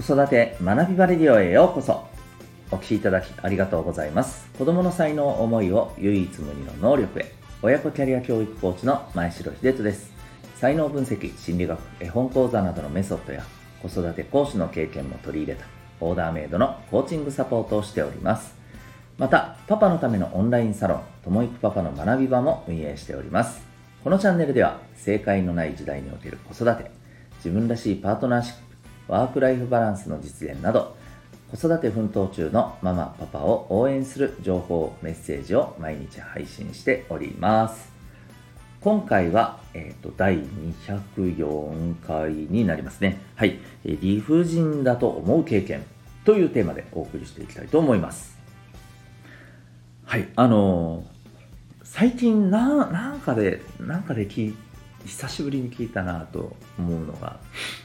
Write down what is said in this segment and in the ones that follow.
子育て学びバレディオへようこそ。お聞きいただきありがとうございます。子供の才能思いを唯一無二の能力へ、親子キャリア教育コーチの前城秀人です。才能分析、心理学、絵本講座などのメソッドや子育て講師の経験も取り入れたオーダーメイドのコーチングサポートをしております。またパパのためのオンラインサロンともいくパパの学び場も運営しております。このチャンネルでは正解のない時代における子育て、自分らしいパートナーシップ、ワークライフバランスの実現など、子育て奮闘中のママパパを応援する情報メッセージを毎日配信しております。今回は、第204回になりますね。はい、理不尽だと思う経験というテーマでお送りしていきたいと思います。はい、最近なんかで久しぶりに聞いたなと思うのが、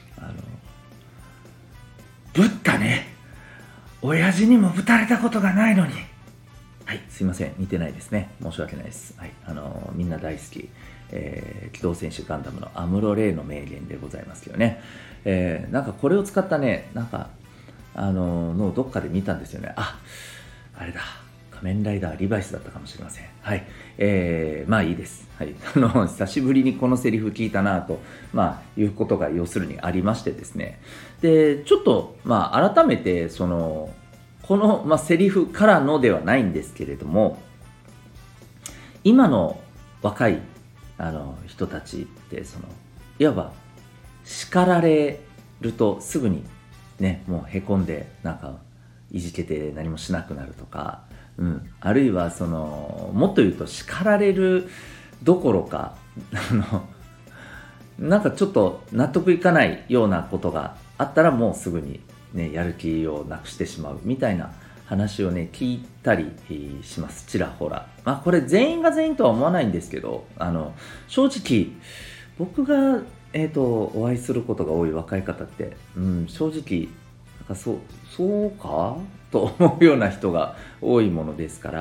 ぶったね、親父にもぶたれたことがないのに。はい、すいません、似てないですね、申し訳ないです。はい、みんな大好き、機動戦士ガンダムのアムロレイの名言でございますけどね、なんかこれを使ったね、のをどっかで見たんですよね。あれだ、仮面ライダーリバイスだったかもしれません。はい、まあいいです。はい、久しぶりにこのセリフ聞いたなと、いうことが要するにありましてですね。で、ちょっと改めてこの、セリフからのではないんですけれども、今の若い人たちっていわば叱られるとすぐにね、もうへこんでいじけて何もしなくなるとか。あるいはもっと言うと叱られるどころかちょっと納得いかないようなことがあったらもうすぐに、ね、やる気をなくしてしまうみたいな話をね聞いたりします、ちらほら。これ全員が全員とは思わないんですけど、正直僕が、お会いすることが多い若い方って、正直そうかと思うような人が多いものですから、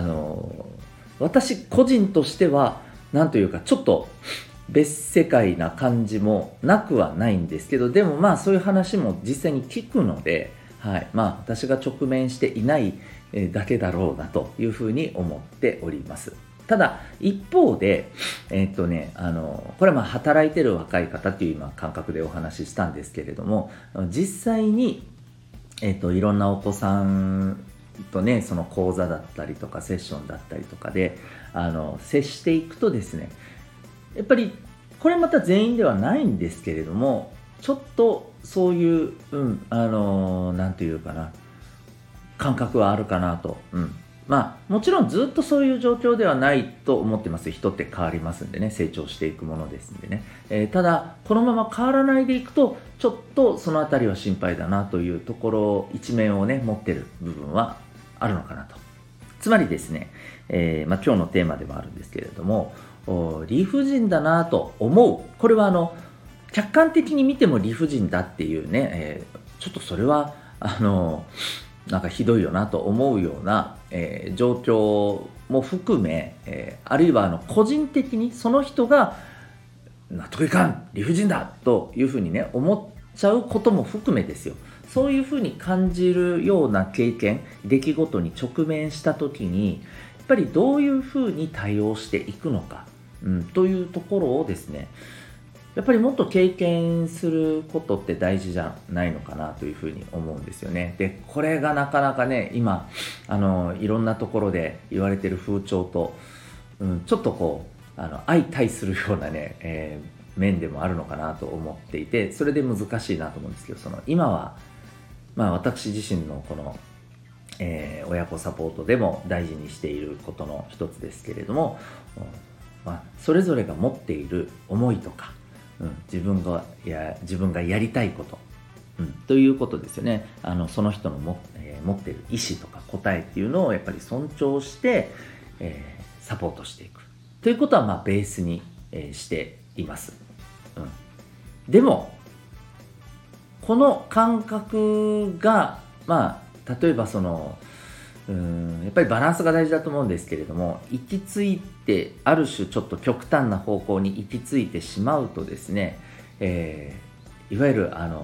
私個人としてはなんというかちょっと別世界な感じもなくはないんですけど、でもそういう話も実際に聞くので、はい、私が直面していないだけだろうなというふうに思っております。ただ一方で、これは働いてる若い方っていう今感覚でお話ししたんですけれども、実際に、いろんなお子さんとね、その講座だったりとかセッションだったりとかで接していくとですね、やっぱりこれまた全員ではないんですけれども、ちょっとそういう、なんていうかな、感覚はあるかなと。もちろんずっとそういう状況ではないと思ってます。人って変わりますんでね、成長していくものですんでね、ただこのまま変わらないでいくとちょっとそのあたりは心配だなというところ、一面をね持ってる部分はあるのかなと。つまりですね、今日のテーマでもあるんですけれども、理不尽だなと思う、これは客観的に見ても理不尽だっていうね、ちょっとそれはひどいよなと思うような、状況も含め、あるいは個人的にその人が納得いかん、理不尽だというふうにね思っちゃうことも含めですよ。そういうふうに感じるような経験、出来事に直面した時にやっぱりどういうふうに対応していくのか、というところをですね、やっぱりもっと経験することって大事じゃないのかなというふうに思うんですよね。で、これがなかなかね、今いろんなところで言われている風潮と、ちょっと相対するようなね、面でもあるのかなと思っていて、それで難しいなと思うんですけど、今は私自身のこの、親子サポートでも大事にしていることの一つですけれども、それぞれが持っている思いとか、自分がやりたいこと、ということですよね。その人の持っている意思とか答えっていうのをやっぱり尊重して、サポートしていくということはベースに、しています。でもこの感覚が例えばやっぱりバランスが大事だと思うんですけれども、行き着いてある種ちょっと極端な方向に行き着いてしまうとですね、いわゆる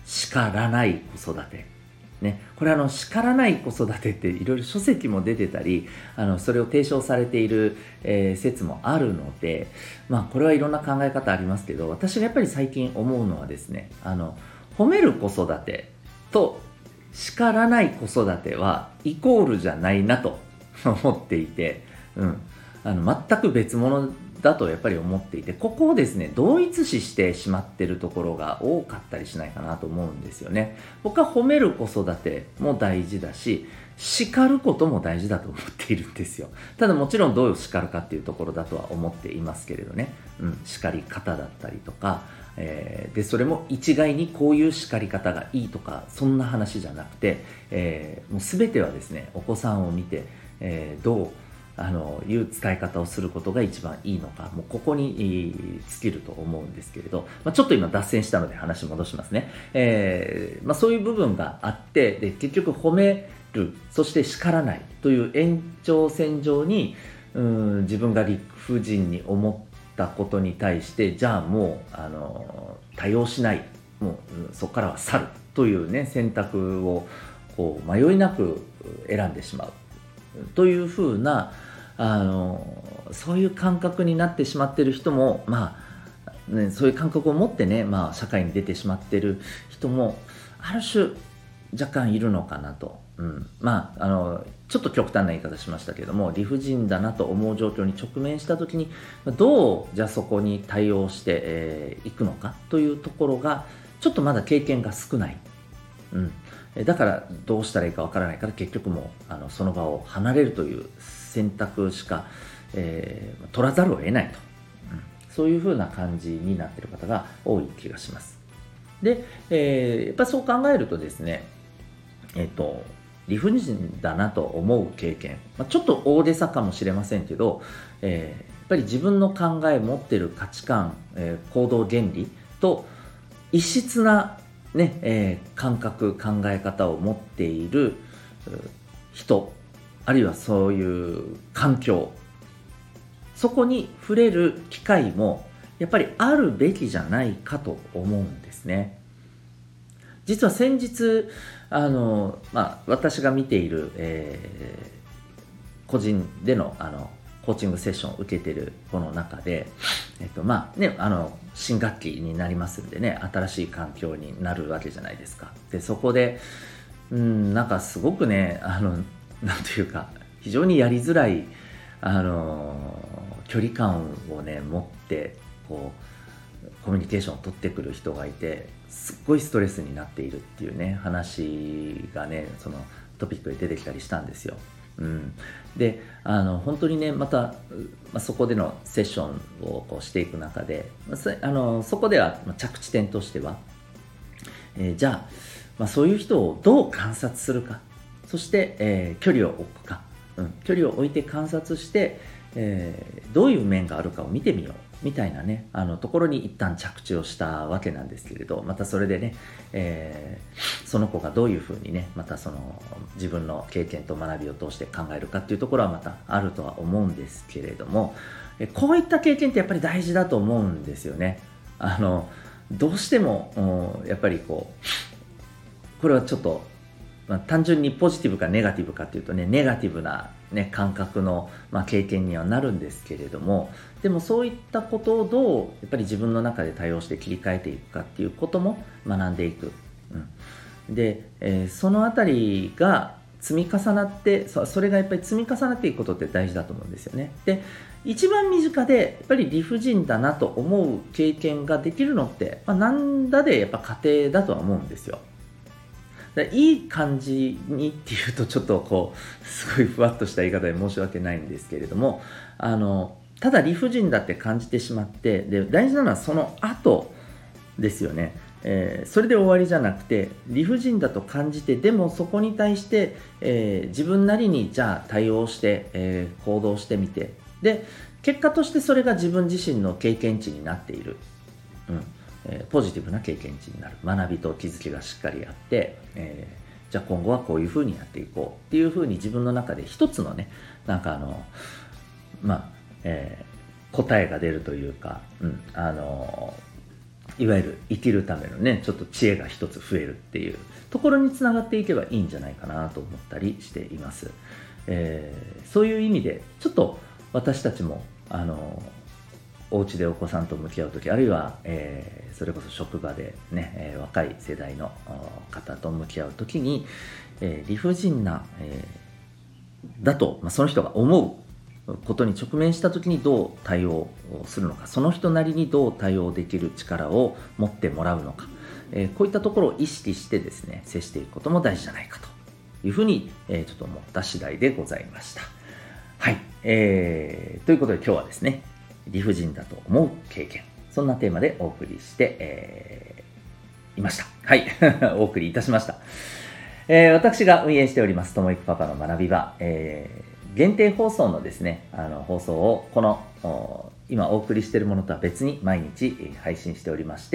叱らない子育て。ね、これ叱らない子育てっていろいろ書籍も出てたり、それを提唱されている、説もあるので、これはいろんな考え方ありますけど、私がやっぱり最近思うのはですね、褒める子育てと叱らない子育てはイコールじゃないなと思っていて、全く別物だとやっぱり思っていて、ここをですね同一視してしまっているところが多かったりしないかなと思うんですよね。僕は褒める子育ても大事だし、叱ることも大事だと思っているんですよ。ただもちろんどう叱るかっていうところだとは思っていますけれどね、叱り方だったりとか、でそれも一概にこういう叱り方がいいとかそんな話じゃなくて、もう全てはですねお子さんを見て、どういう伝え方をすることが一番いいのか、もうここに尽きると思うんですけれど、ちょっと今脱線したので話戻しますね。そういう部分があって、で結局褒める、そして叱らないという延長線上に自分が理不尽に思ったことに対して、じゃあもう対応しない、もうそこからは去るというね選択をこう迷いなく選んでしまうというふうなそういう感覚になってしまっている人も、そういう感覚を持ってね、社会に出てしまっている人もある種若干いるのかなと、ちょっと極端な言い方しましたけども、理不尽だなと思う状況に直面した時にどうじゃあそこに対応していくのかというところがちょっとまだ経験が少ない、だからどうしたらいいかわからないから結局もうその場を離れるという選択しか、取らざるを得ないと、そういう風な感じになっている方が多い気がします。で、やっぱりそう考えるとですね、理不尽だなと思う経験、ちょっと大げさかもしれませんけど、やっぱり自分の考え持っている価値観、行動原理と異質な感覚考え方を持っている人、あるいはそういう環境、そこに触れる機会もやっぱりあるべきじゃないかと思うんですね。実は先日私が見ている、個人でのコーチングセッションを受けているこの中で、新学期になりますんでね、新しい環境になるわけじゃないですか。でそこでなんかすごくねなんというか非常にやりづらい距離感をね持ってこうコミュニケーションを取ってくる人がいて、すっごいストレスになっているっていうね話がねそのトピックで出てきたりしたんですよ。で本当にねまた、そこでのセッションをこうしていく中で、そこでは着地点としては、じゃあ、そういう人をどう観察するか、そして、距離を置くか、距離を置いて観察して、どういう面があるかを見てみようみたいなねところに一旦着地をしたわけなんですけれど、またそれでね、その子がどういうふうにねまたその自分の経験と学びを通して考えるかっていうところはまたあるとは思うんですけれども、こういった経験ってやっぱり大事だと思うんですよね。どうしてもやっぱりこれはちょっと単純にポジティブかネガティブかというとね、ネガティブな、感覚の、経験にはなるんですけれども、でもそういったことをどうやっぱり自分の中で対応して切り替えていくかっていうことも学んでいく、で、そのあたりが積み重なって、それがやっぱり積み重なっていくことって大事だと思うんですよね。で、一番身近でやっぱり理不尽だなと思う経験ができるのって、なんだでやっぱ家庭だとは思うんですよ。いい感じにっていうとちょっとすごいふわっとした言い方で申し訳ないんですけれども、ただ理不尽だって感じてしまって、で大事なのはその後ですよね。それで終わりじゃなくて、理不尽だと感じて、でもそこに対して、自分なりにじゃあ対応して、行動してみて、で結果としてそれが自分自身の経験値になっている、ポジティブな経験値になる、学びと気づきがしっかりあって、じゃあ今後はこういうふうにやっていこうっていうふうに自分の中で一つのね答えが出るというか、 いわゆる生きるためのね、ちょっと知恵が一つ増えるっていうところにつながっていけばいいんじゃないかなと思ったりしています。そういう意味でちょっと私たちもお家でお子さんと向き合うとき、あるいは、それこそ職場でね、若い世代の方と向き合うときに、理不尽な、だと、その人が思うことに直面したときにどう対応するのか、その人なりにどう対応できる力を持ってもらうのか、こういったところを意識してですね、接していくことも大事じゃないかというふうに、ちょっと思った次第でございました。はい、ということで今日はですね、理不尽だと思う経験、そんなテーマでお送りして、いました。はい、お送りいたしました。私が運営しておりますともいくパパの学び場、限定放送のですね、放送をこの今お送りしているものとは別に毎日配信しておりまして、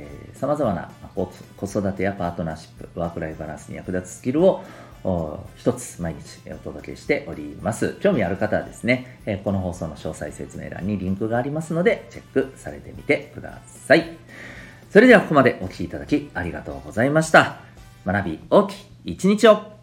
様々な子育てやパートナーシップ、ワークライフバランスに役立つスキルを一つ毎日お届けしております。興味ある方はですね、この放送の詳細説明欄にリンクがありますのでチェックされてみてください。それではここまでお聞きいただきありがとうございました。学び大きい一日を。